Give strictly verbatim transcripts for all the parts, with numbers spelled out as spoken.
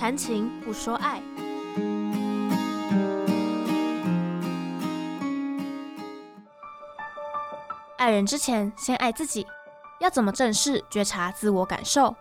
谈情不说爱。爱人之前，先爱自己。要怎么正视觉察自我感受？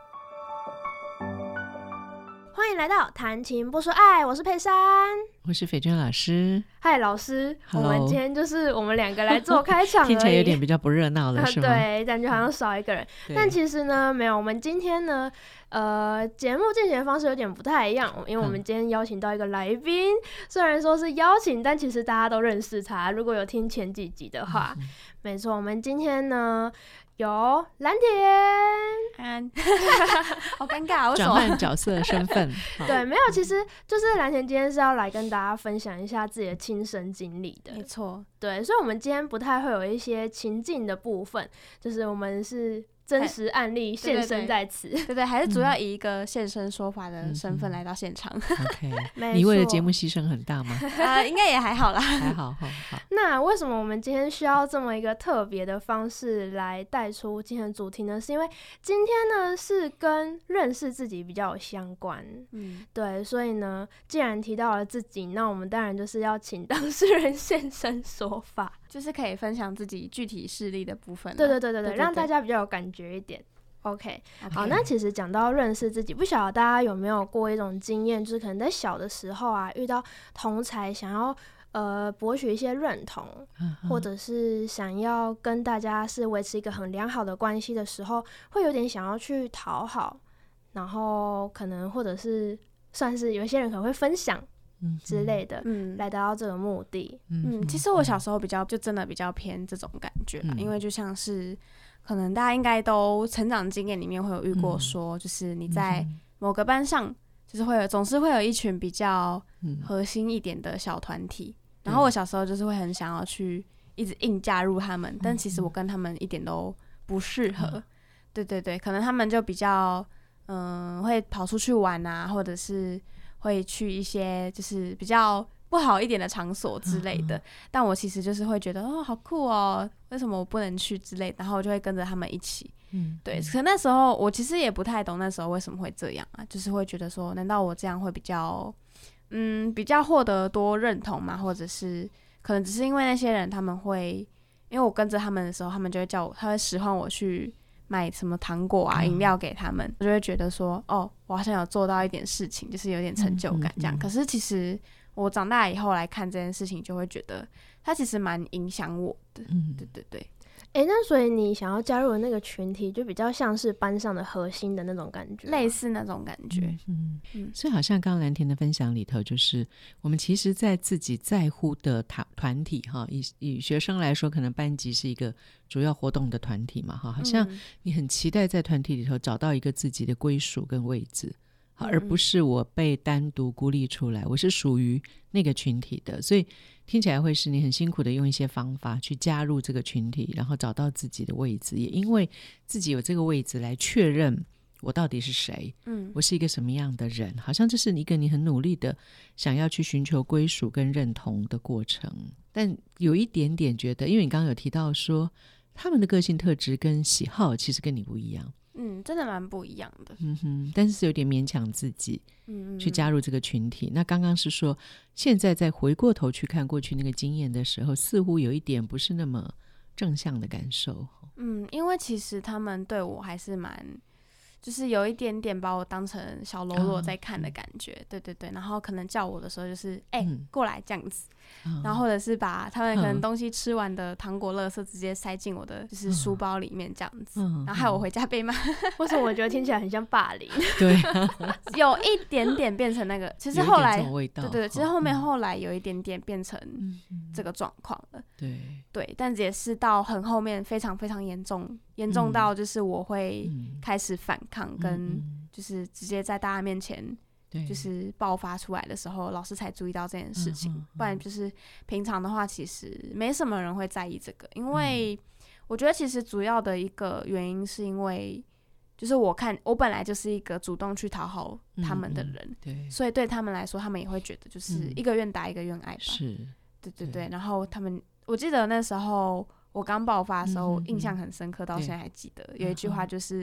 欢迎来到谈情不说爱，我是佩珊， 我是斐娟老师。 嗨，老师， Hello 我们今天就是我们两个来做开场而已， 听起来有点比较不热闹了，是吗？ 对，感觉好像少一个人。但其实呢，没有。我们今天呢，呃，节目进行的方式有点不太一样，因为我们今天邀请到一个来宾，嗯、虽然说是邀请，但其实大家都认识他。如果有听前几集的话，嗯、没错，我们今天呢。有蓝田， 安，好尴尬，为什么转换角色的身份？ 对，没有，其实就是蓝田今天是要来跟大家分享一下自己的亲身经历的， 没错， 对，所以我们今天不太会有一些情境的部分，就是我们是真实案例现身在此， 对 对, 对, 对，还是主要以一个现身说法的身份来到现场。 嗯、OK， 你为了节目牺牲很大吗？ 呃，应该也还好啦， 还好，好，好。 那为什么我们今天需要这么一个特别的方式来带出今天的主题呢？是因为今天呢是跟认识自己比较有相关，嗯，对，所以呢，既然提到了自己，那我们当然就是要请当事人现身说法， 就是可以分享自己具体事例的部分。 对对对对对，让大家比较有感觉一点。OK， 好，那其实讲到认识自己，不晓得大家有没有过一种经验，就是可能在小的时候啊，遇到同侪想要呃博取一些认同，嗯、或者是想要跟大家是维持一个很良好的关系的时候，会有点想要去讨好，然后可能或者是算是有些人可能会分享之类的，嗯，来达到这个目的。 嗯，其实我小时候比较就真的比较偏这种感觉啦，嗯、因为就像是。可能大家应该都成长经验里面会有遇过说，就是你在某个班上，就是会有总是会有一群比较核心一点的小团体，然后我小时候就是会很想要去一直硬加入他们，但其实我跟他们一点都不适合。对对对，可能他们就比较嗯会跑出去玩啊，或者是会去一些就是比较不好一点的场所之类的，但我其实就是会觉得哦好酷哦，为什么我不能去之类的，然后我就会跟着他们一起，嗯，对。可那时候我其实也不太懂那时候为什么会这样啊，就是会觉得说，难道我这样会比较，嗯，比较获得多认同吗？或者是可能只是因为那些人他们会，因为我跟着他们的时候，他们就会叫我，他会使唤我去买什么糖果啊、饮料给他们，我就会觉得说，哦，我好像有做到一点事情，就是有点成就感这样。嗯嗯嗯、可是其实。我长大以后来看这件事情，就会觉得它其实蛮影响我的。嗯，对对对。 哎、欸，那所以你想要加入的那个群体，就比较像是班上的核心的那种感觉， 类似那种感觉。嗯嗯, 嗯所以好像刚刚蓝田的分享里头，就是我们其实在自己在乎的团体哈，以以学生来说，可能班级是一个主要活动的团体嘛哈，好像你很期待在团体里头找到一个自己的归属跟位置。而不是我被单独孤立出来，我是属于那个群体的，所以听起来会是你很辛苦的用一些方法去加入这个群体，然后找到自己的位置，也因为自己有这个位置来确认我到底是谁，嗯，我是一个什么样的人，好像这是一个你很努力的想要去寻求归属跟认同的过程。但有一点点觉得，因为你刚刚有提到说他们的个性特质跟喜好其实跟你不一样， 嗯，真的蛮不一样的。 嗯哼，但是有点勉强自己去加入这个群体。嗯嗯嗯那刚刚是说，现在再回过头去看过去那个经验的时候，似乎有一点不是那么正向的感受。 嗯，因为其实他们对我还是蛮，就是有一点点把我当成小喽啰在看的感觉。哦、对对对，然后可能叫我的时候就是哎、欸嗯、过来这样子。然后或者是把他们可能东西吃完的糖果垃圾直接塞进我的就是书包里面这样子，嗯、然后害我回家被骂。 为什么我觉得听起来很像霸凌？ 对， 有一点点变成那个，其实后来对对对，其实后面后来有一点点变成这个状况了。 对对，但也是到很后面非常非常严重，严重到就是我会开始反抗，跟就是直接在大家面前。就是爆发出来的时候，老师才注意到这件事情，嗯嗯嗯、不然就是平常的话，其实没什么人会在意这个。因为我觉得其实主要的一个原因是因为，就是我看我本来就是一个主动去讨好他们的人，嗯嗯、对，所以对他们来说，他们也会觉得就是一个愿打一个愿挨吧。是，对对对。然后他们，我记得那时候我刚爆发的时候，嗯嗯嗯印象很深刻，到现在还记得、嗯、有一句话就是。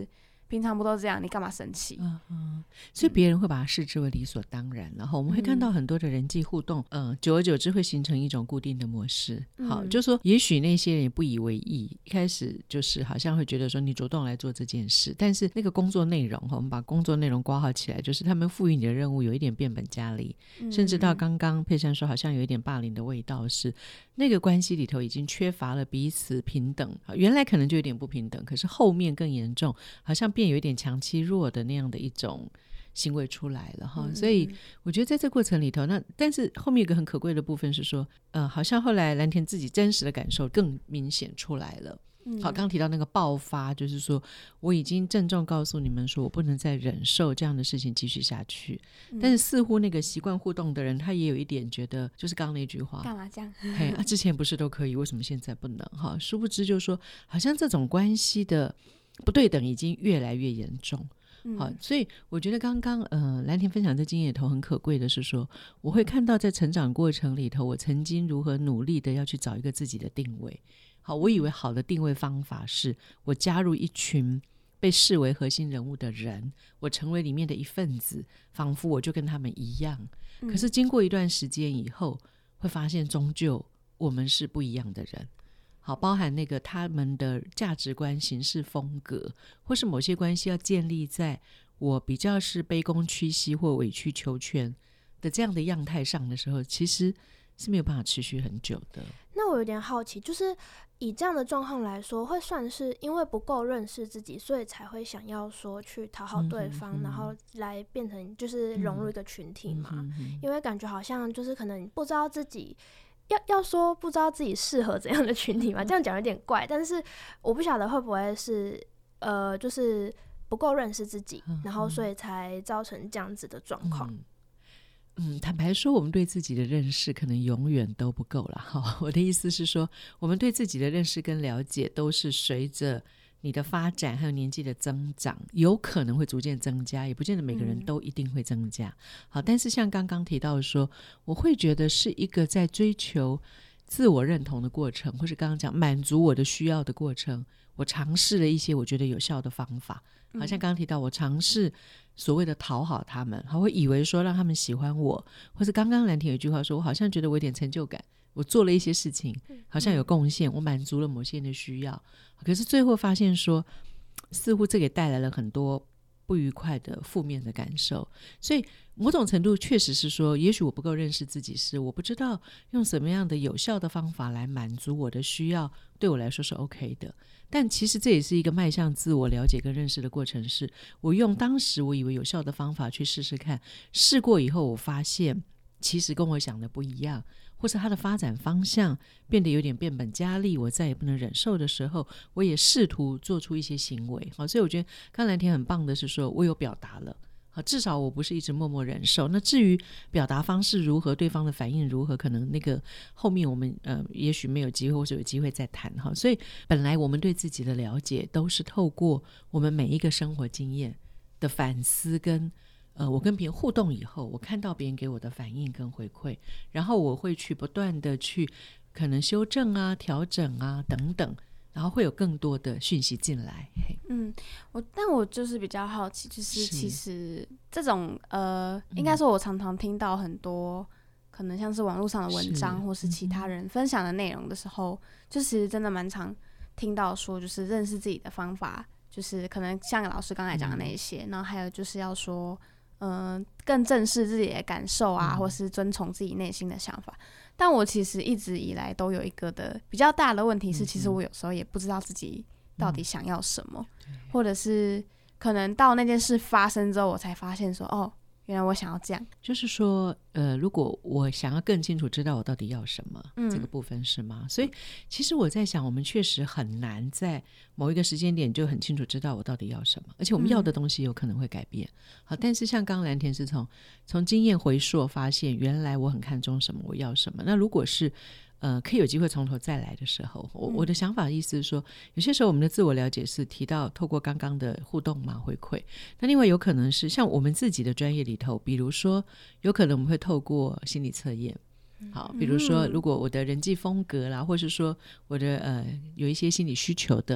平常不都这样，你干嘛生气？ 嗯嗯，所以别人会把它视之为理所当然，然后我们会看到很多的人际互动，嗯、呃，久而久之会形成一种固定的模式。好，嗯、就是说也许那些人也不以为意，一开始就是好像会觉得说你主动来做这件事，但是那个工作内容，我们把工作内容挂号起来，就是他们赋予你的任务有一点变本加厉，嗯、甚至到刚刚佩珊说好像有一点霸凌的味道，是那个关系里头已经缺乏了彼此平等，原来可能就有点不平等，可是后面更严重，好像变有一点强欺弱的那样的一种行为出来了哈、嗯、所以我觉得在这过程里头，那但是后面有一个很可贵的部分是说呃，好像后来蓝田自己真实的感受更明显出来了。好，刚刚提到那个爆发，就是说我已经郑重告诉你们说我不能再忍受这样的事情继续下去、嗯、但是似乎那个习惯互动的人他也有一点觉得就是刚刚那句话， 干嘛这样嘿、啊、之前不是都可以，为什么现在不能哈？殊不知就是说好像这种关系的不对等已经越来越严重。好，所以我觉得刚刚呃蓝田分享这经验里头很可贵的是说，我会看到在成长过程里头我曾经如何努力的要去找一个自己的定位。好，我以为好的定位方法是我加入一群被视为核心人物的人，我成为里面的一份子，仿佛我就跟他们一样。可是经过一段时间以后会发现终究我们是不一样的人。好，包含那个他们的价值观、行事风格，或是某些关系要建立在我比较是卑躬屈膝或委曲求全的这样的样态上的时候，其实是没有办法持续很久的。 那我有点好奇，就是以这样的状况来说，会算是因为不够认识自己，所以才会想要说去讨好对方、嗯、然后来变成就是融入一个群体嘛、嗯嗯、因为感觉好像就是可能不知道自己要要说不知道自己适合怎样的群体嘛，这样讲有点怪，但是我不晓得会不会是呃，就是不够认识自己，然后所以才造成这样子的状况。 嗯嗯，坦白说我们对自己的认识可能永远都不够啦。好，我的意思是说我们对自己的认识跟了解都是随着你的发展还有年纪的增长有可能会逐渐增加，也不见得每个人都一定会增加、嗯、好，但是像刚刚提到说我会觉得是一个在追求自我认同的过程，或是刚刚讲满足我的需要的过程，我尝试了一些我觉得有效的方法，好像刚刚提到我尝试所谓的讨好他们，还会以为说让他们喜欢我，或是刚刚蓝田有一句话说我好像觉得我有点成就感，我做了一些事情好像有贡献，我满足了某些人的需要，可是最后发现说似乎这给带来了很多不愉快的负面的感受。所以某种程度确实是说也许我不够认识自己，是我不知道用什么样的有效的方法来满足我的需要，对我来说是 OK 的。但其实这也是一个迈向自我了解跟认识的过程，是我用当时我以为有效的方法去试试看，试过以后我发现其实跟我想的不一样，或是它的发展方向变得有点变本加厉，我再也不能忍受的时候，我也试图做出一些行为。好，所以我觉得刚蓝田很棒的是说我有表达了，好，至少我不是一直默默忍受。那至于表达方式如何，对方的反应如何，可能那个后面我们呃也许没有机会，或者有机会再谈哈。所以本来我们对自己的了解都是透过我们每一个生活经验的反思跟呃，我跟别人互动以后，我看到别人给我的反应跟回馈，然后我会去不断的去可能修正啊、调整啊等等，然后会有更多的讯息进来。 嗯，我但我就是比较好奇，就是其实这种呃，应该说我常常听到很多可能像是网络上的文章或是其他人分享的内容的时候，就其实真的蛮常听到说就是认识自己的方法，就是可能像老师刚才讲的那一些、嗯、然后还有就是要说嗯、呃，更正视自己的感受啊、嗯、或是遵从自己内心的想法。但我其实一直以来都有一个的比较大的问题是、嗯、其实我有时候也不知道自己到底想要什么、嗯、或者是可能到那件事发生之后我才发现说哦原来我想要这样。 就是说呃，如果我想要更清楚知道我到底要什么、嗯、这个部分是吗？所以其实我在想我们确实很难在某一个时间点就很清楚知道我到底要什么，而且我们要的东西有可能会改变、嗯、好，但是像刚刚蓝田是从从经验回溯发现原来我很看重什么，我要什么。那如果是呃，可以有机会从头再来的时候，我我的想法的意思是说有些时候我们的自我了解是提到透过刚刚的互动嘛回馈，那另外有可能是像我们自己的专业里头，比如说有可能我们会透过心理测验，好，比如说如果我的人际风格啦，或是说我的呃有一些心理需求的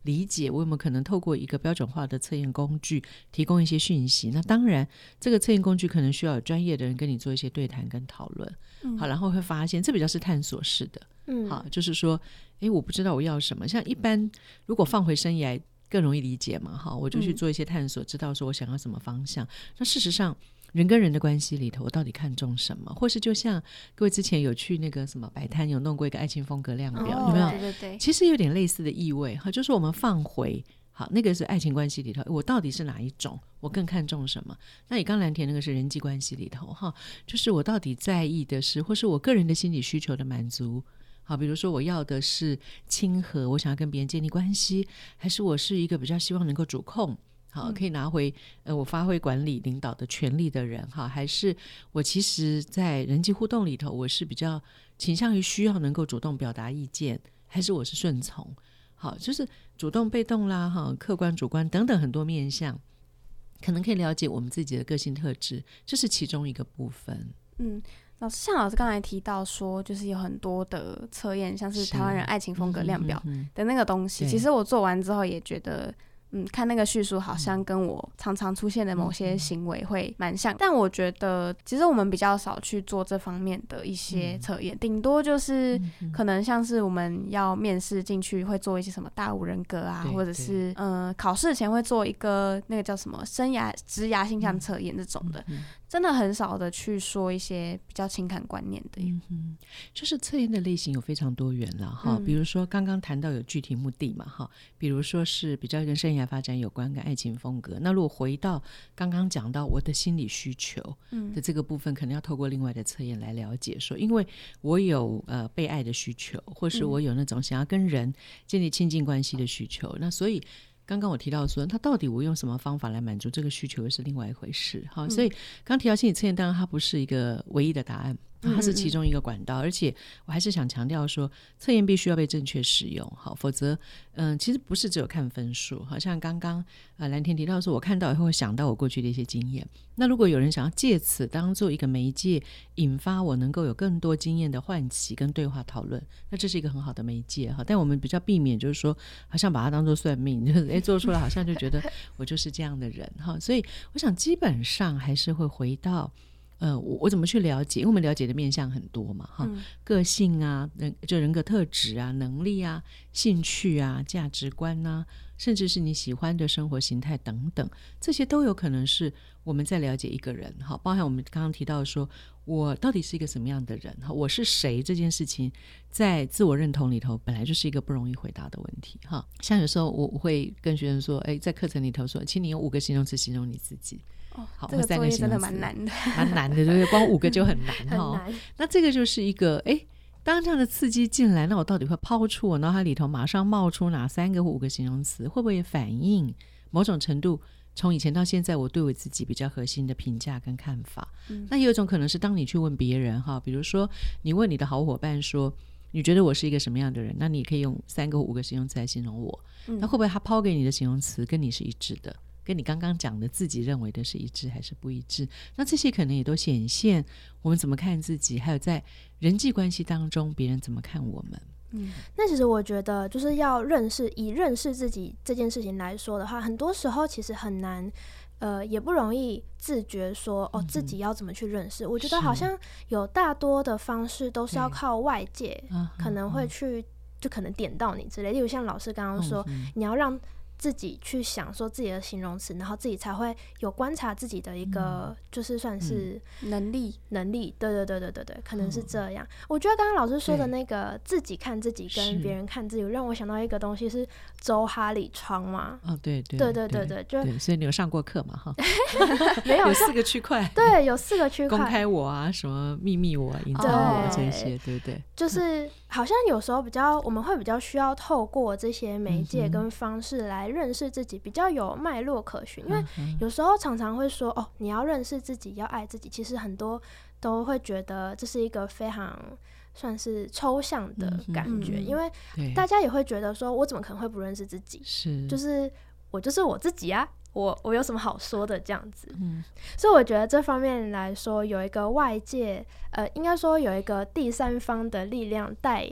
理解，我有没有可能透过一个标准化的测验工具提供一些讯息。那当然这个测验工具可能需要有专业的人跟你做一些对谈跟讨论、嗯、好，然后会发现这比较是探索式的、嗯、好，就是说诶我不知道我要什么，像一般如果放回生涯更容易理解嘛，好，我就去做一些探索、嗯、知道说我想要什么方向。那事实上人跟人的关系里头我到底看重什么，或是就像各位之前有去那个什么摆摊有弄过一个爱情风格量表、哦、有没有？ 对对对， 其实有点类似的意味，就是我们放回好那个是爱情关系里头我到底是哪一种，我更看重什么。那你刚蓝田那个是人际关系里头哈，就是我到底在意的是或是我个人的心理需求的满足。好，比如说我要的是亲和，我想要跟别人建立关系，还是我是一个比较希望能够主控，好，可以拿回呃我发挥管理领导的权利的人，好，还是我其实在人际互动里头我是比较倾向于需要能够主动表达意见，还是我是顺从。好，就是主动被动啦，哈，客观主观等等很多面向，可能可以了解我们自己的个性特质，这是其中一个部分。 嗯，老师像老师刚才提到说就是有很多的测验，像是台湾人爱情风格量表的那个东西、嗯嗯嗯、其实我做完之后也觉得嗯，看那个叙述好像跟我常常出现的某些行为会蛮像、嗯、但我觉得其实我们比较少去做这方面的一些测验，顶、嗯、多就是可能像是我们要面试进去会做一些什么大五人格啊，或者是呃考试前会做一个那个叫什么生涯职涯性向测验这种的、嗯嗯嗯，真的很少的去说一些比较情感观念的、嗯嗯、 就是测验的类型有非常多元了哈、嗯，比如说刚刚谈到有具体目的嘛哈，比如说是比较跟生涯发展有关跟爱情风格，那如果回到刚刚讲到我的心理需求的这个部分、嗯、可能要透过另外的测验来了解说，因为我有呃被爱的需求，或是我有那种想要跟人建立亲近关系的需求、嗯、那所以刚刚我提到说他到底我用什么方法来满足这个需求又是另外一回事。好、嗯，所以刚提到心理测验当然它不是一个唯一的答案，它是其中一个管道，嗯嗯嗯，而且我还是想强调说测验必须要被正确使用，好，否则嗯、呃，其实不是只有看分数，好像刚刚呃蓝田提到说我看到以后会想到我过去的一些经验，那如果有人想要借此当做一个媒介引发我能够有更多经验的唤起跟对话讨论，那这是一个很好的媒介，但我们比较避免就是说好像把它当作算命，就是诶做出来好像就觉得我就是这样的人，所以我想基本上还是会回到呃，我我怎么去了解，因为我们了解的面向很多嘛哈、嗯，个性啊，人就人格特质啊，能力啊，兴趣啊，价值观啊，甚至是你喜欢的生活形态等等，这些都有可能是我们在了解一个人哈，包含我们刚刚提到说我到底是一个什么样的人哈，我是谁这件事情在自我认同里头本来就是一个不容易回答的问题哈。像有时候我会跟学生说，哎，在课程里头说请你用五个形容词形容你自己。 哦，好，这个作业真的蛮难的， 蛮难的，对不对？光五个就很难很难。 那这个就是一个，哎，当这样的刺激进来，那我到底会抛出我脑海里头马上冒出哪三个或五个形容词？会不会反映某种程度从以前到现在我对我自己比较核心的评价跟看法？嗯、那也有一种可能是，当你去问别人哈，比如说你问你的好伙伴说，你觉得我是一个什么样的人？那你可以用三个或五个形容词来形容我。嗯、那会不会他抛给你的形容词跟你是一致的？跟你刚刚讲的自己认为的是一致还是不一致？那这些可能也都显现我们怎么看自己，还有在人际关系当中别人怎么看我们。 嗯，那其实我觉得就是要认识，以认识自己这件事情来说的话，很多时候其实很难呃，也不容易自觉说哦自己要怎么去认识、嗯、我觉得好像有大多的方式都是要靠外界可能会去、嗯、就可能点到你之类，例如像老师刚刚说、嗯、你要让自己去想说自己的形容词，然后自己才会有观察自己的一个、嗯、就是算是能力能力对对对对对对，可能是这样、嗯、我觉得刚刚老师说的那个自己看自己跟别人看自己，让我想到一个东西是周哈里窗嘛。 哦对对对对对对，就对，所以你有上过课嘛哈？ 没有， 有四个区块， 对，有四个区块， 公开我啊，什么秘密我啊，隐藏我啊，这些对不对？ 就是好像有时候比较我们会比较需要透过这些媒介跟方式来认识自己，比较有脉络可循，因为有时候常常会说哦，你要认识自己，要爱自己，其实很多都会觉得这是一个非常算是抽象的感觉、嗯、因为大家也会觉得说我怎么可能会不认识自己，是就是我就是我自己啊，我我有什么好说的这样子、嗯、所以我觉得这方面来说有一个外界呃，应该说有一个第三方的力量带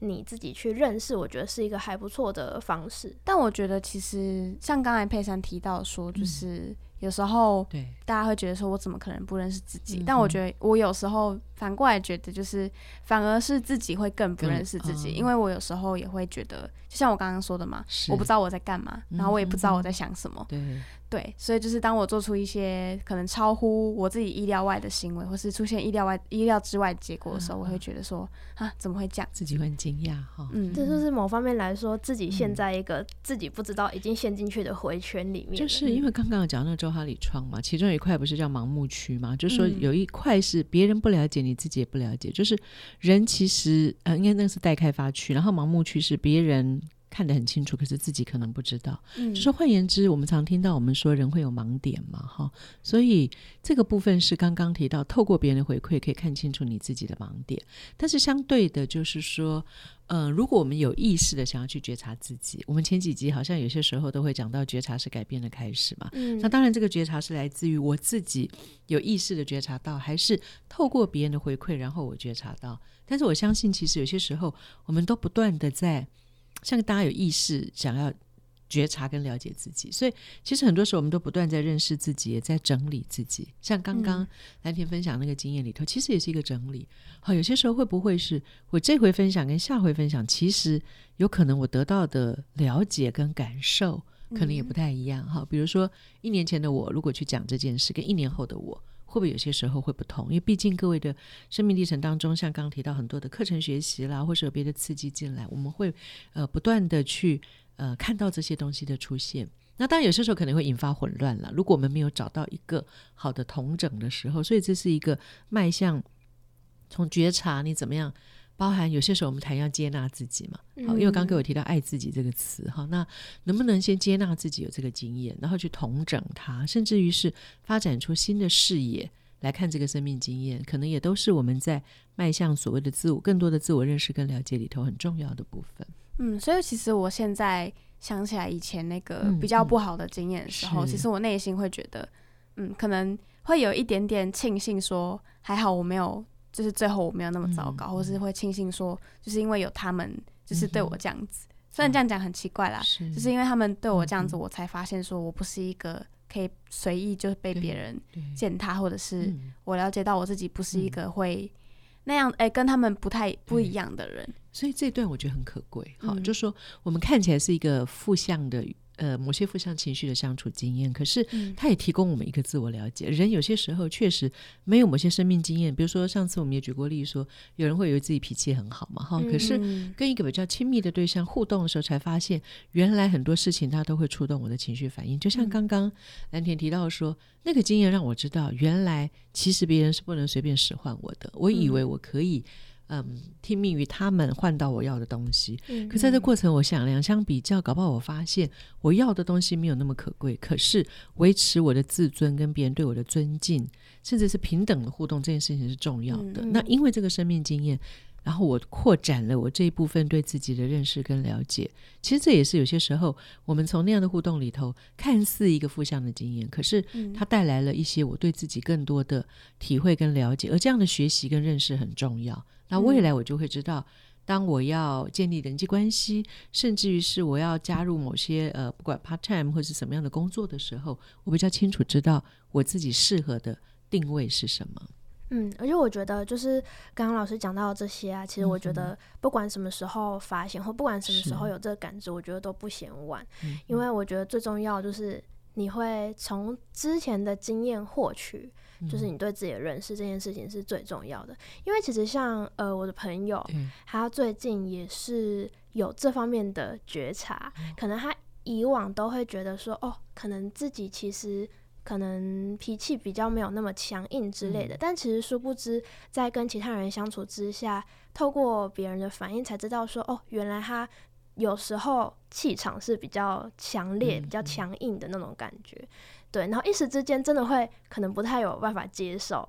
你自己去认识，我觉得是一个还不错的方式。 但我觉得其实像刚才佩珊提到说，就是有时候大家会觉得说我怎么可能不认识自己、嗯、但我觉得我有时候反过来觉得就是反而是自己会更不认识自己、嗯、因为我有时候也会觉得就像我刚刚说的嘛，我不知道我在干嘛，然后我也不知道我在想什么、嗯、对对，所以就是当我做出一些可能超乎我自己意料外的行为，或是出现意料外意料之外的结果的时候、嗯、我会觉得说啊怎么会这样， 自己会很惊讶哈。 嗯，这就是某方面来说自己陷在一个自己不知道已经陷进去的回圈里面。 就是因为刚刚有讲那个周哈里窗嘛，其中有一块不是叫盲目区嘛，就是说有一块是别人不了解你自己也不了解，就是人其实呃应该那个是待开发区，然后盲目区是别人看得很清楚可是自己可能不知道、嗯、就是换言之我们常听到我们说人会有盲点嘛哈，所以这个部分是刚刚提到透过别人的回馈可以看清楚你自己的盲点，但是相对的就是说呃，如果我们有意识的想要去觉察自己，我们前几集好像有些时候都会讲到觉察是改变的开始嘛、嗯、那当然这个觉察是来自于我自己有意识的觉察到，还是透过别人的回馈然后我觉察到，但是我相信其实有些时候我们都不断的在像大家有意识想要觉察跟了解自己，所以其实很多时候我们都不断在认识自己，也在整理自己，像刚刚蓝田分享那个经验里头、嗯、其实也是一个整理。好，有些时候会不会是我这回分享跟下回分享其实有可能我得到的了解跟感受可能也不太一样、嗯、比如说一年前的我如果去讲这件事跟一年后的我会不会有些时候会不同，因为毕竟各位的生命历程当中像刚刚提到很多的课程学习啦，或是有别的刺激进来，我们会呃不断的去呃看到这些东西的出现，那当然有些时候可能会引发混乱啦，如果我们没有找到一个好的统整的时候，所以这是一个迈向从觉察你怎么样，包含有些时候我们谈要接纳自己嘛，好，因为刚刚有提到爱自己这个词，好，那能不能先接纳自己有这个经验，然后去统整它，甚至于是发展出新的视野来看这个生命经验，可能也都是我们在迈向所谓的自我更多的自我认识跟了解里头很重要的部分。 嗯，所以其实我现在想起来以前那个比较不好的经验的时候、嗯嗯、其实我内心会觉得嗯，可能会有一点点庆幸说还好我没有就是最后我没有那么糟糕、嗯、或是会庆幸说就是因为有他们就是对我这样子、嗯、虽然这样讲很奇怪啦，是就是因为他们对我这样子、嗯、我才发现说我不是一个可以随意就被别人践踏，或者是我了解到我自己不是一个会那样哎、欸，跟他们不太不一样的人， 所以这段我觉得很可贵、嗯、就是说我们看起来是一个负向的呃，某些负向情绪的相处经验，可是它也提供我们一个自我了解、嗯、人有些时候确实没有某些生命经验，比如说上次我们也举过例说有人会以为自己脾气很好嘛、嗯、可是跟一个比较亲密的对象互动的时候才发现原来很多事情它都会触动我的情绪反应，就像刚刚蓝田提到说那个经验让我知道原来其实别人是不能随便使唤我的，我以为我可以嗯，听命于他们换到我要的东西、嗯、可在这过程我想两相比较，搞不好我发现我要的东西没有那么可贵，可是维持我的自尊跟别人对我的尊敬甚至是平等的互动这件事情是重要的、嗯、那因为这个生命经验然后我扩展了我这一部分对自己的认识跟了解，其实这也是有些时候我们从那样的互动里头看似一个负向的经验，可是它带来了一些我对自己更多的体会跟了解，而这样的学习跟认识很重要，那未来我就会知道当我要建立人际关系，甚至于是我要加入某些呃，不管 part time 或是什么样的工作的时候，我比较清楚知道我自己适合的定位是什么。 嗯，而且我觉得就是刚刚老师讲到的这些啊，其实我觉得不管什么时候发现、嗯、或不管什么时候有这个感知，我觉得都不嫌晚、嗯、因为我觉得最重要就是你会从之前的经验获取，就是你对自己的认识，这件事情是最重要的。因为其实像呃我的朋友、嗯、他最近也是有这方面的觉察、嗯、可能他以往都会觉得说哦，可能自己其实可能脾气比较没有那么强硬之类的、嗯、但其实殊不知在跟其他人相处之下，透过别人的反应才知道说哦，原来他有时候气场是比较强烈、嗯、比较强硬的那种感觉，对，然后一时之间真的会可能不太有办法接受，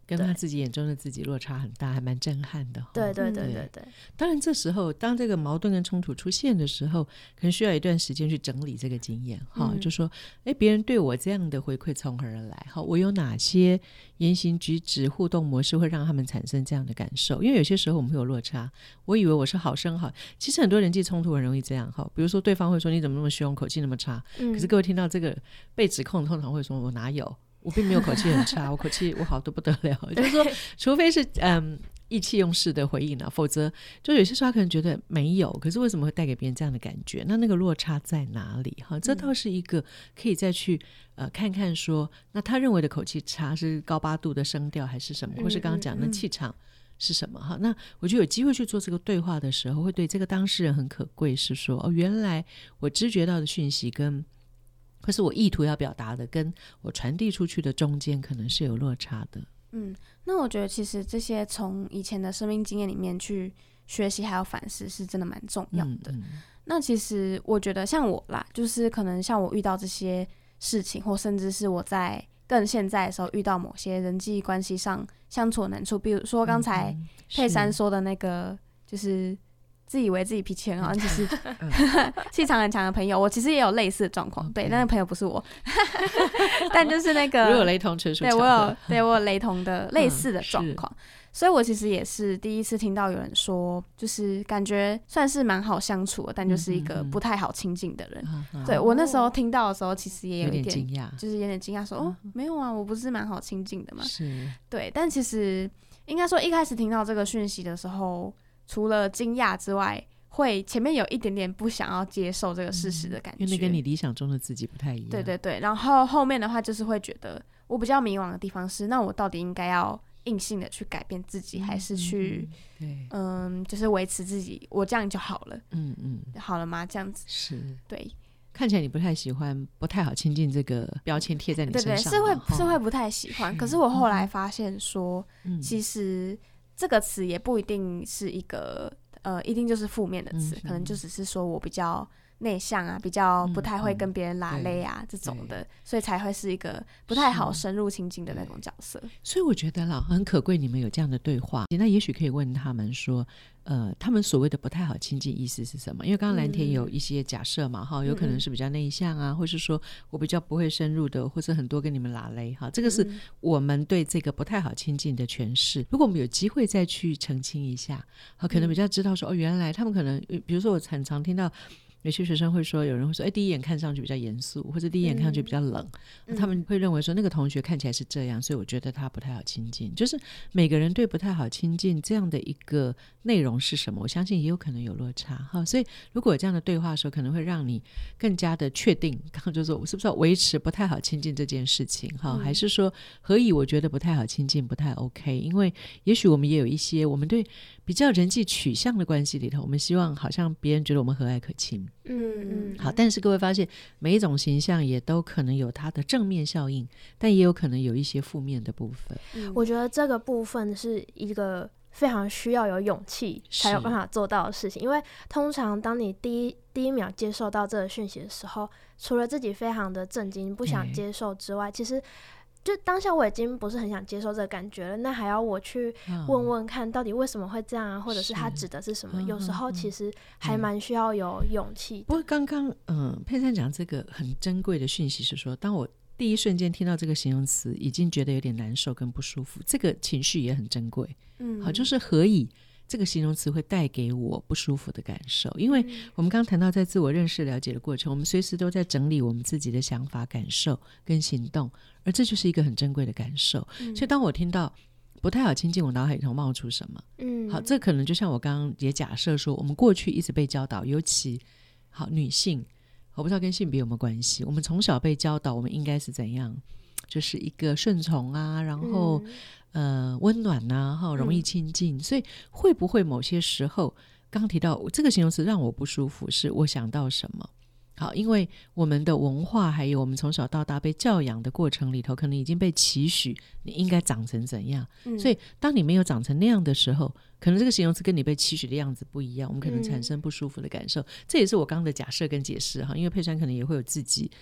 跟他自己眼中的自己落差很大，还蛮震撼的。 对对对对对。 当然这时候当这个矛盾跟冲突出现的时候，可能需要一段时间去整理这个经验、嗯、就说哎，别人对我这样的回馈从何而来，我有哪些言行举止互动模式会让他们产生这样的感受。因为有些时候我们会有落差，我以为我是好声好，其实很多人际冲突很容易这样，比如说对方会说你怎么那么凶，口气那么差、嗯、可是各位听到这个被指控通常会说我哪有，我并没有口气很差我口气我好得不得了就是说除非是嗯意气用事的回应啊，否则就有些时候他可能觉得没有，可是为什么会带给别人这样的感觉，那那个落差在哪里哈？这倒是一个可以再去呃看看说，那他认为的口气差是高八度的声调还是什么，或是刚刚讲的气场是什么哈？那我觉得有机会去做这个对话的时候，会对这个当事人很可贵，是说哦，原来我知觉到的讯息跟或是我意图要表达的跟我传递出去的中间可能是有落差的。 嗯，那我觉得其实这些从以前的生命经验里面去学习还有反思是真的蛮重要的、嗯嗯、那其实我觉得像我啦，就是可能像我遇到这些事情，或甚至是我在更现在的时候遇到某些人际关系上相处的难处，比如说刚才佩珊说的那个就是自以为自己脾气很好，其实气场很强的朋友，我其实也有类似的状况、okay. 对，那个朋友不是我但就是那个如有雷同纯属巧合， 对我有对我有雷同的类似的状况、嗯、所以我其实也是第一次听到有人说就是感觉算是蛮好相处的，但就是一个不太好亲近的人、嗯嗯、对，我那时候听到的时候其实也有一点惊讶， 就是有点惊讶说、嗯、哦没有啊，我不是蛮好亲近的嘛， 是对， 但其实应该说一开始听到这个讯息的时候，除了惊讶之外，会前面有一点点不想要接受这个事实的感觉、嗯、 因为那跟你理想中的自己不太一样。 对对对，然后后面的话就是会觉得我比较迷惘的地方是，那我到底应该要硬性的去改变自己、嗯、还是去 嗯, 嗯就是维持自己我这样就好了，嗯嗯，好了吗？这样子是对。 看起来你不太喜欢不太好亲近这个标签贴在你身上，对对， 是会是会不太喜欢。可是我后来发现说、嗯、其实这个词也不一定是一个呃，一定就是负面的词、嗯、可能就只是说我比较内向啊，比较不太会跟别人拉勒啊、嗯、这种的，所以才会是一个不太好深入亲近的那种角色。 所以我觉得啦，很可贵你们有这样的对话，那也许可以问他们说呃，他们所谓的不太好亲近意思是什么？因为刚刚蓝田有一些假设嘛、嗯、有可能是比较内向啊、嗯、或是说我比较不会深入的，或是很多跟你们拉勒，这个是我们对这个不太好亲近的诠释。如果我们有机会再去澄清一下，可能比较知道说、嗯、哦，原来他们可能比如说我很常听到有些学生会说，有人会说哎，第一眼看上去比较严肃，或者第一眼看上去比较冷、嗯、他们会认为说那个同学看起来是这样，所以我觉得他不太好亲近。就是每个人对不太好亲近这样的一个内容是什么，我相信也有可能有落差。所以如果有这样的对话的时候，可能会让你更加的确定，刚刚就说我是不是要维持不太好亲近这件事情、嗯、还是说何以我觉得不太好亲近不太 OK。 因为也许我们也有一些我们对比较人际取向的关系里头，我们希望好像别人觉得我们和蔼可亲，嗯嗯，好，但是各位发现每一种形象也都可能有它的正面效应，但也有可能有一些负面的部分、 嗯、我觉得这个部分是一个非常需要有勇气才有办法做到的事情。因为通常当你第一第一秒接受到这个讯息的时候，除了自己非常的震惊不想接受之外、欸、其实就当下我已经不是很想接受这个感觉了，那还要我去问问看到底为什么会这样啊，或者是他指的是什么，有时候其实还蛮需要有勇气的。 不过刚刚嗯，佩珊讲这个很珍贵的讯息是说，当我第一瞬间听到这个形容词已经觉得有点难受跟不舒服，这个情绪也很珍贵。嗯，好，就是何以这个形容词会带给我不舒服的感受。因为我们刚刚谈到在自我认识了解的过程，我们随时都在整理我们自己的想法感受跟行动，而这就是一个很珍贵的感受、嗯、所以当我听到不太好亲近，我脑海里头冒出什么？嗯，好，这可能就像我刚刚也假设说，我们过去一直被教导，尤其好女性，我不知道跟性别有没有关系，我们从小被教导我们应该是怎样，就是一个顺从啊，然后、嗯、呃温暖啊，容易亲近、嗯、所以会不会某些时候刚提到这个形容词让我不舒服，是我想到什么？好，因为我们的文化还有我们从小到大被教养的过程里头，可能已经被期许你应该长成怎样、嗯、所以当你没有长成那样的时候，可能这个形容词跟你被期许的样子不一样，我们可能产生不舒服的感受、嗯、这也是我刚刚的假设跟解释哈，因为佩珊可能也会有自己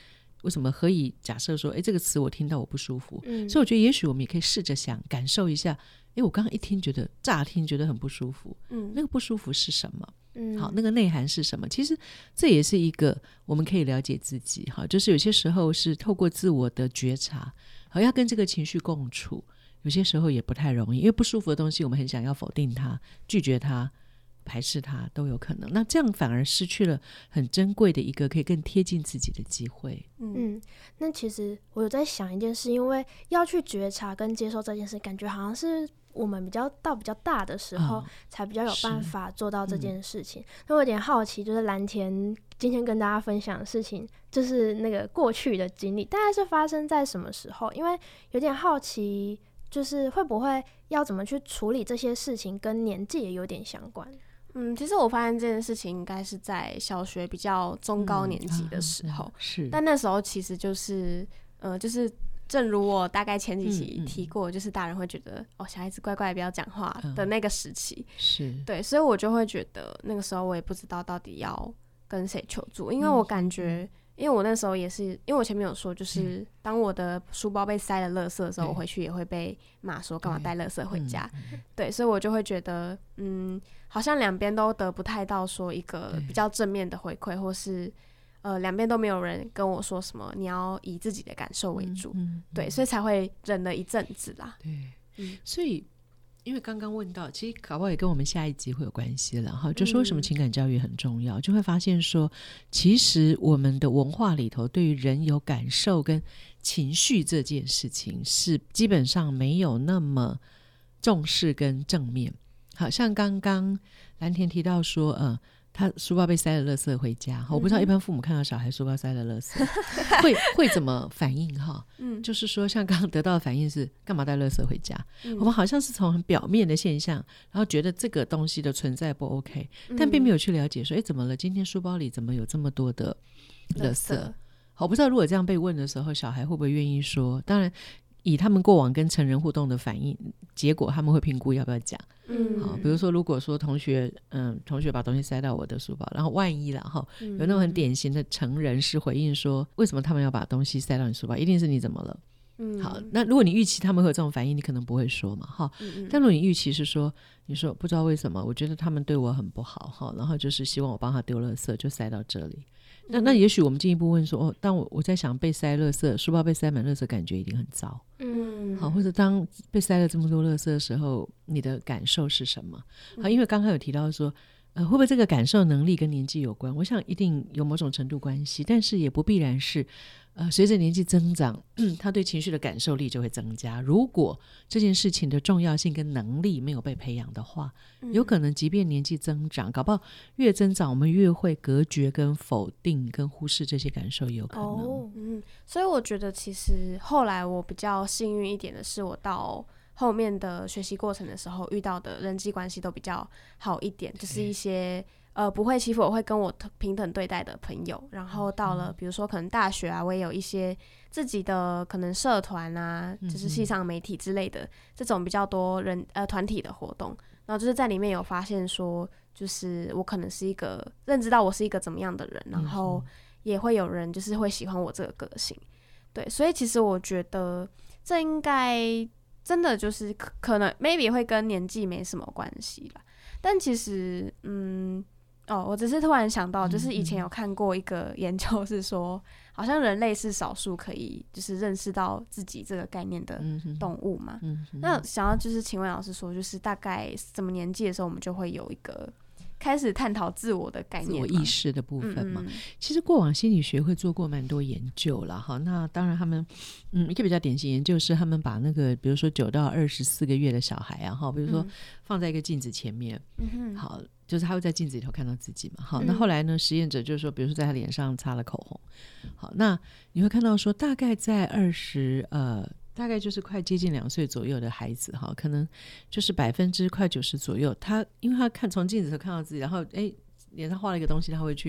为什么何以假设说哎，这个词我听到我不舒服、 嗯、 所以我觉得也许我们也可以试着想感受一下，哎，我刚刚一听觉得乍听觉得很不舒服、嗯、那个不舒服是什么、嗯、好，那个内涵是什么？其实这也是一个我们可以了解自己，好，就是有些时候是透过自我的觉察，好，要跟这个情绪共处，有些时候也不太容易，因为不舒服的东西我们很想要否定它、拒绝它、排斥它都有可能，那这样反而失去了很珍贵的一个可以更贴近自己的机会。 嗯，那其实我有在想一件事，因为要去觉察跟接受这件事，感觉好像是我们比较到比较大的时候、哦、才比较有办法做到这件事情、嗯、那我有点好奇，就是蓝田今天跟大家分享的事情，就是那个过去的经历大概是发生在什么时候？因为有点好奇，就是会不会要怎么去处理这些事情跟年纪也有点相关。 嗯，其实我发现这件事情应该是在小学比较中高年级的时候、嗯啊、是，但那时候其实就是呃，就是正如我大概前几期提过、嗯嗯、就是大人会觉得哦，小孩子乖乖不要讲话的那个时期、嗯、是对，所以我就会觉得那个时候我也不知道到底要跟谁求助，因为我感觉、嗯、因为我那时候也是，因为我前面有说就是当我的书包被塞了垃圾的时候、嗯、我回去也会被骂说干嘛带垃圾回家、嗯、对，所以我就会觉得嗯，好像两边都得不太到说一个比较正面的回馈，或是呃两边都没有人跟我说什么你要以自己的感受为主、嗯嗯、对，所以才会忍了一阵子啦。 对、嗯、所以因为刚刚问到，其实搞不好也跟我们下一集会有关系了哈，就说为什么情感教育很重要、嗯、就会发现说其实我们的文化里头对于人有感受跟情绪这件事情是基本上没有那么重视跟正面。好像刚刚蓝田提到说呃他书包被塞了垃圾回家、嗯、我不知道一般父母看到小孩书包塞了垃圾会会怎么反应哈、嗯？就是说像刚刚得到的反应是干嘛带垃圾回家、嗯、我们好像是从很表面的现象然后觉得这个东西的存在不 OK、嗯、但并没有去了解说哎，怎么了，今天书包里怎么有这么多的垃圾。好，我不知道如果这样被问的时候小孩会不会愿意说，当然以他们过往跟成人互动的反应结果他们会评估要不要讲。嗯，好，比如说如果说同学嗯，同学把东西塞到我的书包，然后万一啦哈、嗯，有那种很典型的成人是回应说为什么他们要把东西塞到你书包，一定是你怎么了。嗯，好，那如果你预期他们会有这种反应，你可能不会说嘛哈、嗯嗯，但如果你预期是说你说不知道为什么我觉得他们对我很不好哈，然后就是希望我帮他丢垃圾就塞到这里，那那也许我们进一步问说哦，当我我在想被塞垃圾，书包被塞满垃圾感觉一定很糟。嗯，好，或者当被塞了这么多垃圾的时候你的感受是什么。好，因为刚刚有提到说呃，会不会这个感受能力跟年纪有关，我想一定有某种程度关系，但是也不必然是呃，随着年纪增长、嗯、他对情绪的感受力就会增加。如果这件事情的重要性跟能力没有被培养的话、嗯、有可能即便年纪增长，搞不好越增长我们越会隔绝跟否定跟忽视这些感受，也有可能、哦嗯、所以我觉得其实后来我比较幸运一点的是，我到后面的学习过程的时候遇到的人际关系都比较好一点，就是一些呃不会欺负我，会跟我平等对待的朋友。然后到了比如说可能大学啊，我也有一些自己的可能社团啊，就是系上媒体之类的、嗯、这种比较多人呃团体的活动，然后就是在里面有发现说就是我可能是一个认知到我是一个怎么样的人，然后也会有人就是会喜欢我这个个性。对，所以其实我觉得这应该真的就是可能 maybe 会跟年纪没什么关系啦，但其实嗯哦，我只是突然想到，就是以前有看过一个研究是说好像人类是少数可以就是认识到自己这个概念的动物嘛、嗯、那想要就是请问老师说，就是大概什么年纪的时候我们就会有一个开始探讨自我的概念， 自我意识的部分嘛。嗯嗯，其实过往心理学会做过蛮多研究啦哈。那当然他们嗯一个比较典型研究是他们把那个比如说九到二十四个月的小孩啊哈，比如说放在一个镜子前面、嗯、好，就是他会在镜子里头看到自己嘛。好，那后来呢实验者就是说比如说在他脸上擦了口红，好，那你会看到说大概在二十呃大概就是快接近两岁左右的孩子哈，可能就是百分之快九十左右，他因为他看从镜子头看到自己，然后哎脸上画了一个东西，他会去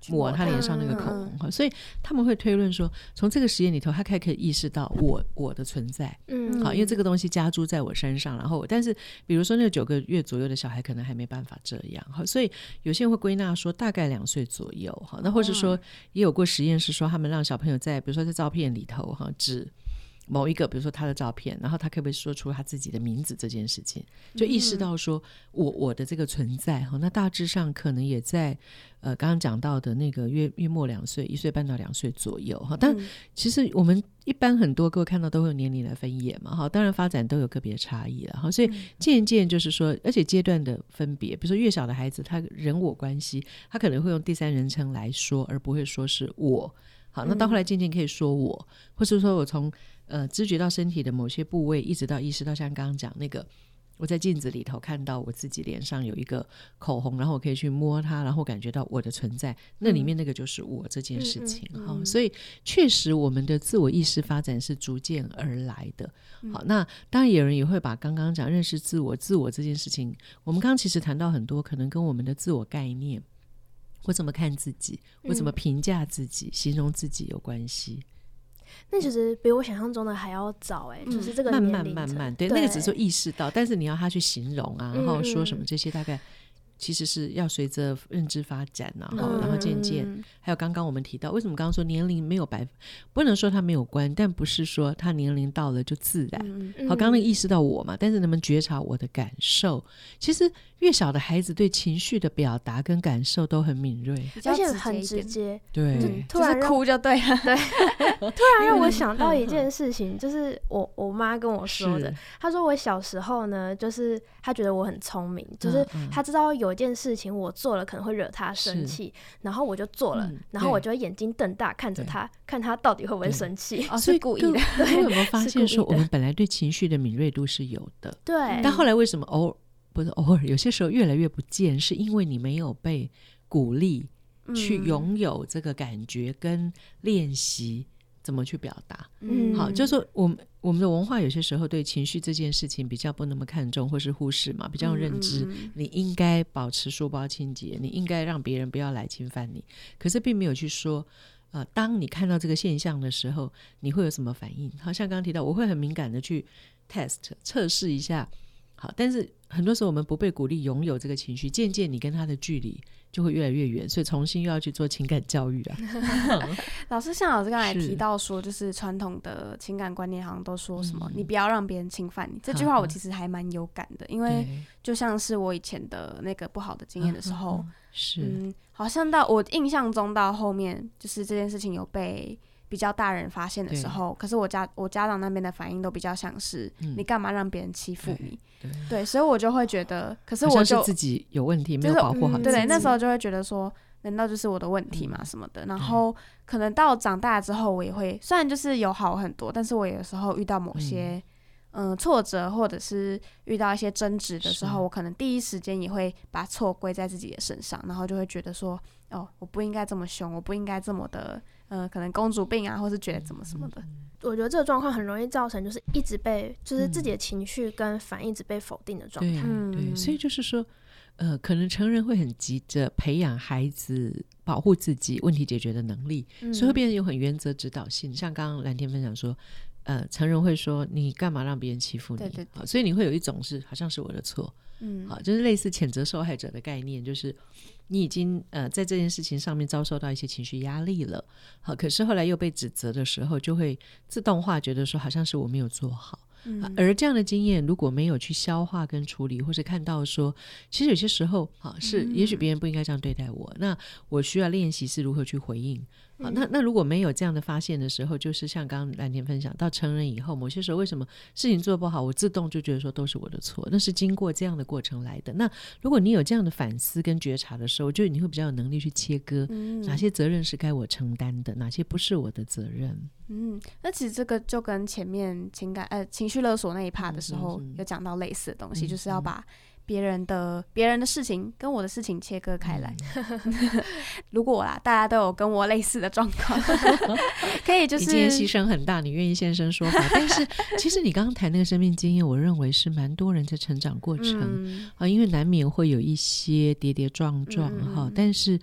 抹他脸上那个口红、嗯、所以他们会推论说从这个实验里头他可以可以意识到我我的存在，嗯，好，因为这个东西加诸在我身上，然后但是比如说那个九个月左右的小孩可能还没办法这样，好，所以有些人会归纳说大概两岁左右，好，那或者说也有过实验是说他们让小朋友在比如说在照片里头哈指某一个比如说他的照片，然后他可不可以说出他自己的名字这件事情，就意识到说我我的这个存在，那大致上可能也在呃刚刚讲到的那个约约莫两岁一岁半到两岁左右，但其实我们一般很多各位看到都会有年龄来分野嘛，当然发展都有个别差异了，所以渐渐就是说而且阶段的分别，比如说越小的孩子他人我关系他可能会用第三人称来说而不会说是我，好，那到后来渐渐可以说我、嗯、或是说我从呃知觉到身体的某些部位一直到意识到像刚刚讲那个我在镜子里头看到我自己脸上有一个口红，然后我可以去摸它，然后感觉到我的存在，那里面那个就是我这件事情、嗯嗯嗯、所以确实我们的自我意识发展是逐渐而来的、嗯、好，那当然有人也会把刚刚讲认识自我自我这件事情，我们刚刚其实谈到很多可能跟我们的自我概念我怎么看自己我怎么评价自己、嗯、形容自己有关系。 那其实比我想象中的还要早哎、欸嗯，就是这个年龄慢慢慢慢 对, 对那个只是说意识到，但是你要他去形容啊，然后说什么这些大概其实是要随着认知发展啊、嗯、然后渐渐还有刚刚我们提到为什么刚刚说年龄没有百不能说它没有关，但不是说他年龄到了就自然、嗯、好，刚刚意识到我嘛，但是能不能觉察我的感受，其实越小的孩子对情绪的表达跟感受都很敏锐， 而且很直接， 对、 嗯、突然、就是、哭就对了对突然让我想到一件事情，就是我我妈跟我说的，她说我小时候呢就是她觉得我很聪明，就是她知道有一件事情我做了可能会惹她生气，然后我就做了、嗯、然后我就会眼睛瞪大看着她，看她到底会不会生气、 哦、是故意的对，有没有发现说我们本来对情绪的敏锐度是有的， 对， 但后来为什么偶尔不是偶尔有些时候越来越不见，是因为你没有被鼓励去拥有这个感觉跟练习怎么去表达。嗯，好，就是说我们我们的文化有些时候对情绪这件事情比较不那么看重或是忽视嘛，比较有认知、嗯、你应该保持书包清洁，你应该让别人不要来侵犯你，可是并没有去说呃，当你看到这个现象的时候你会有什么反应。好像刚刚提到我会很敏感的去 test 测试一下，好，但是很多时候我们不被鼓励拥有这个情绪，渐渐你跟他的距离就会越来越远，所以重新又要去做情感教育啊老师像老师刚才提到说就是传统的情感观念好像都说什么、嗯、你不要让别人侵犯你，这句话我其实还蛮有感的，因为就像是我以前的那个不好的经验的时候、嗯、 是嗯，好像到我印象中到后面就是这件事情有被比较大人发现的时候，可是我家我家长那边的反应都比较像是、嗯、你干嘛让别人欺负你， 对, 对, 对，所以我就会觉得可是我就好像是自己有问题、就是、没有保护好自己、 嗯、对，那时候就会觉得说难道就是我的问题吗、嗯、什么的，然后可能到长大之后我也会虽然就是有好很多，但是我有时候遇到某些嗯、呃、挫折或者是遇到一些争执的时候，我可能第一时间也会把错归在自己的身上，然后就会觉得说哦我不应该这么凶，我不应该这么的呃，可能公主病啊，或是觉得怎么什么的。 我觉得这个状况很容易造成就是一直被就是自己的情绪跟反应一直被否定的状态、 嗯、对, 对，所以就是说呃，可能成人会很急着培养孩子保护自己问题解决的能力、嗯、所以会变成有很原则指导性，像刚刚蓝天分享说呃，成人会说你干嘛让别人欺负你， 对对对， 所以你会有一种是好像是我的错，嗯，好，就是类似谴责受害者的概念，就是你已经呃在这件事情上面遭受到一些情绪压力了，好，可是后来又被指责的时候就会自动化觉得说好像是我没有做好、嗯啊、而这样的经验如果没有去消化跟处理，或是看到说其实有些时候啊是也许别人不应该这样对待我、嗯、那我需要练习是如何去回应。好，那那如果没有这样的发现的时候，就是像刚刚蓝天分享到成人以后，某些时候为什么事情做不好我自动就觉得说都是我的错，那是经过这样的过程来的。那如果你有这样的反思跟觉察的时候，我觉得你会比较有能力去切割、嗯、哪些责任是该我承担的，哪些不是我的责任。 嗯，那其实这个就跟前面情感呃情绪勒索那一 part 的时候、嗯、有讲到类似的东西、嗯、就是要把别人的别人的事情跟我的事情切割开来、嗯、如果啦大家都有跟我类似的状况可以就是你今天牺牲很大，你愿意现身说法但是其实你刚刚谈那个生命经验，我认为是蛮多人在成长过程、嗯啊、因为难免会有一些跌跌撞撞、嗯、但是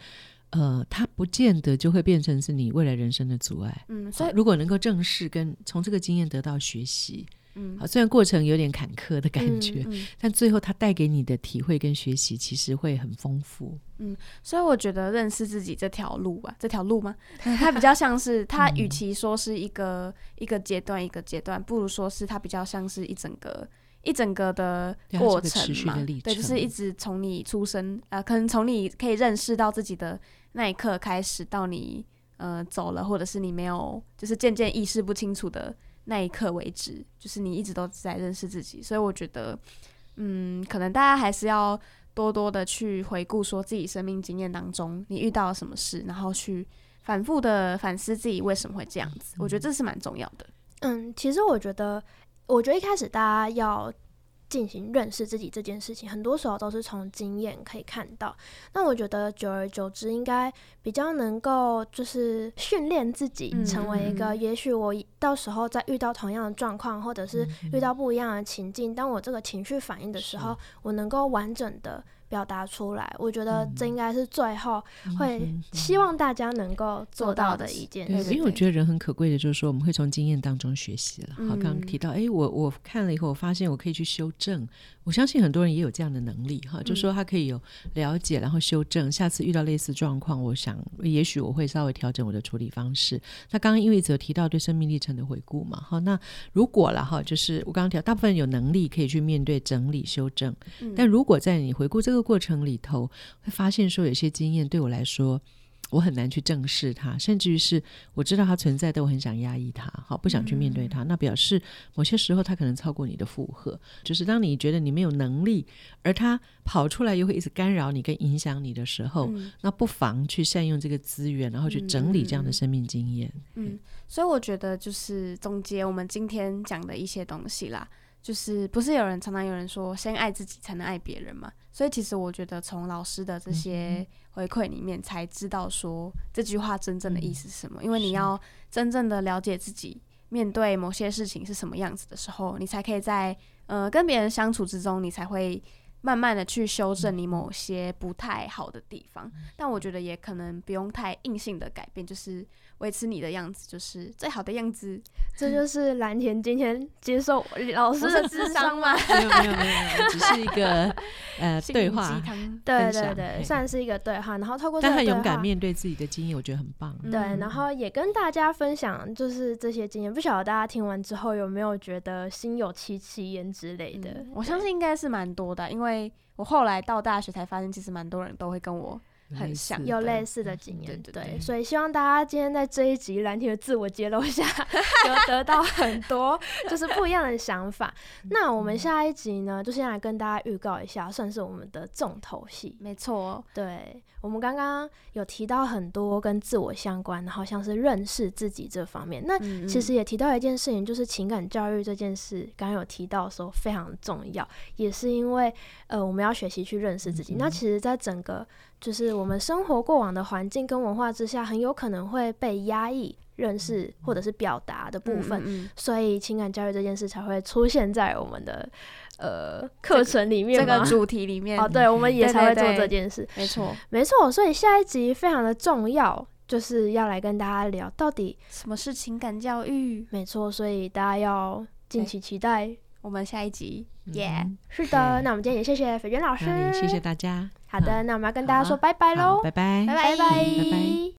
呃，它不见得就会变成是你未来人生的阻碍。 嗯，所以如果能够正视跟从这个经验得到学习， 嗯， 好，虽然过程有点坎坷的感觉， 嗯嗯、 但最后它带给你的体会跟学习其实会很丰富。 嗯，所以我觉得认识自己这条路吧，这条路吗？它比较像是，它与其说是一个、嗯、一个阶段一个阶段，不如说是它比较像是一整个一整个的过程嘛。 对， 对，就是一直从你出生，呃，可能从你可以认识到自己的那一刻开始，到你呃走了，或者是你没有，就是渐渐意识不清楚的那一刻为止，就是你一直都在认识自己。所以我觉得，嗯，可能大家还是要多多的去回顾说自己生命经验当中你遇到了什么事，然后去反复的反思自己为什么会这样子，我觉得这是蛮重要的。 嗯，其实我觉得我觉得一开始大家要进行认识自己这件事情，很多时候都是从经验可以看到。那我觉得久而久之应该比较能够就是训练自己成为一个、嗯、也许我到时候再遇到同样的状况，或者是遇到不一样的情境、嗯、当我这个情绪反应的时候，我能够完整的表达出来。我觉得这应该是最后会希望大家能够做到的一件事。 对，因为我觉得人很可贵的就是说我们会从经验当中学习了。好，刚刚提到哎，我我看了以后我发现我可以去修正，我相信很多人也有这样的能力哈，就是说他可以有了解然后修正，下次遇到类似状况我想也许我会稍微调整我的处理方式。那刚刚因为则提到对生命历程的回顾嘛，好，那如果啦哈，就是我刚刚提到大部分人有能力可以去面对整理修正、嗯、但如果在你回顾这个过程里头会发现说有些经验对我来说我很难去正视它，甚至于是我知道它存在但我很想压抑它，好，不想去面对它、嗯、那表示某些时候它可能超过你的负荷，就是当你觉得你没有能力而它跑出来又会一直干扰你跟影响你的时候、嗯、那不妨去善用这个资源，然后去整理这样的生命经验。 嗯, 嗯，所以我觉得就是总结我们今天讲的一些东西啦，就是不是有人常常有人说先爱自己才能爱别人嘛，所以其实我觉得从老师的这些回馈里面才知道说这句话真正的意思是什么、嗯、因为你要真正的了解自己面对某些事情是什么样子的时候，你才可以在呃跟别人相处之中，你才会慢慢的去修正你某些不太好的地方、嗯、但我觉得也可能不用太硬性的改变，就是维持你的样子就是最好的样子。 这就是蓝田今天接受老师的智商吗？ 没有没有没有，只是一个呃对话， 对对对，算是一个对话，然后透过这个对话， 但很勇敢面对自己的经验，我觉得很棒。 对，然后也跟大家分享就是这些经验，不晓得大家听完之后有没有觉得心有戚戚焉之类的、嗯、 我相信应该是蛮多的，因为我后来到大学才发现其实蛮多人都会跟我很像， 有类似的经验。 对对 对, 对, 对，所以希望大家今天在这一集蓝田的自我揭露下有得到很多就是不一样的想法。那我们下一集呢就先来跟大家预告一下，算是我们的重头戏。 没错， 对，我们刚刚有提到很多跟自我相关，然后像是认识自己这方面，那其实也提到一件事情，就是情感教育这件事刚刚有提到说非常重要，也是因为呃我们要学习去认识自己、嗯、那其实在整个就是我们生活过往的环境跟文化之下，很有可能会被压抑认识或者是表达的部分、嗯嗯、所以情感教育这件事才会出现在我们的呃课程里面， 这个主题里面。 哦，对，我们也才会做这件事。 没错没错，所以下一集非常的重要，就是要来跟大家聊到底什么是情感教育。 没错，所以大家要敬请期待我们下一集。 耶、yeah ，是的，那我们今天也谢谢斐娟老师， 谢谢大家。 好的，那我们要跟大家说拜拜喽， 拜拜， 拜拜，拜拜。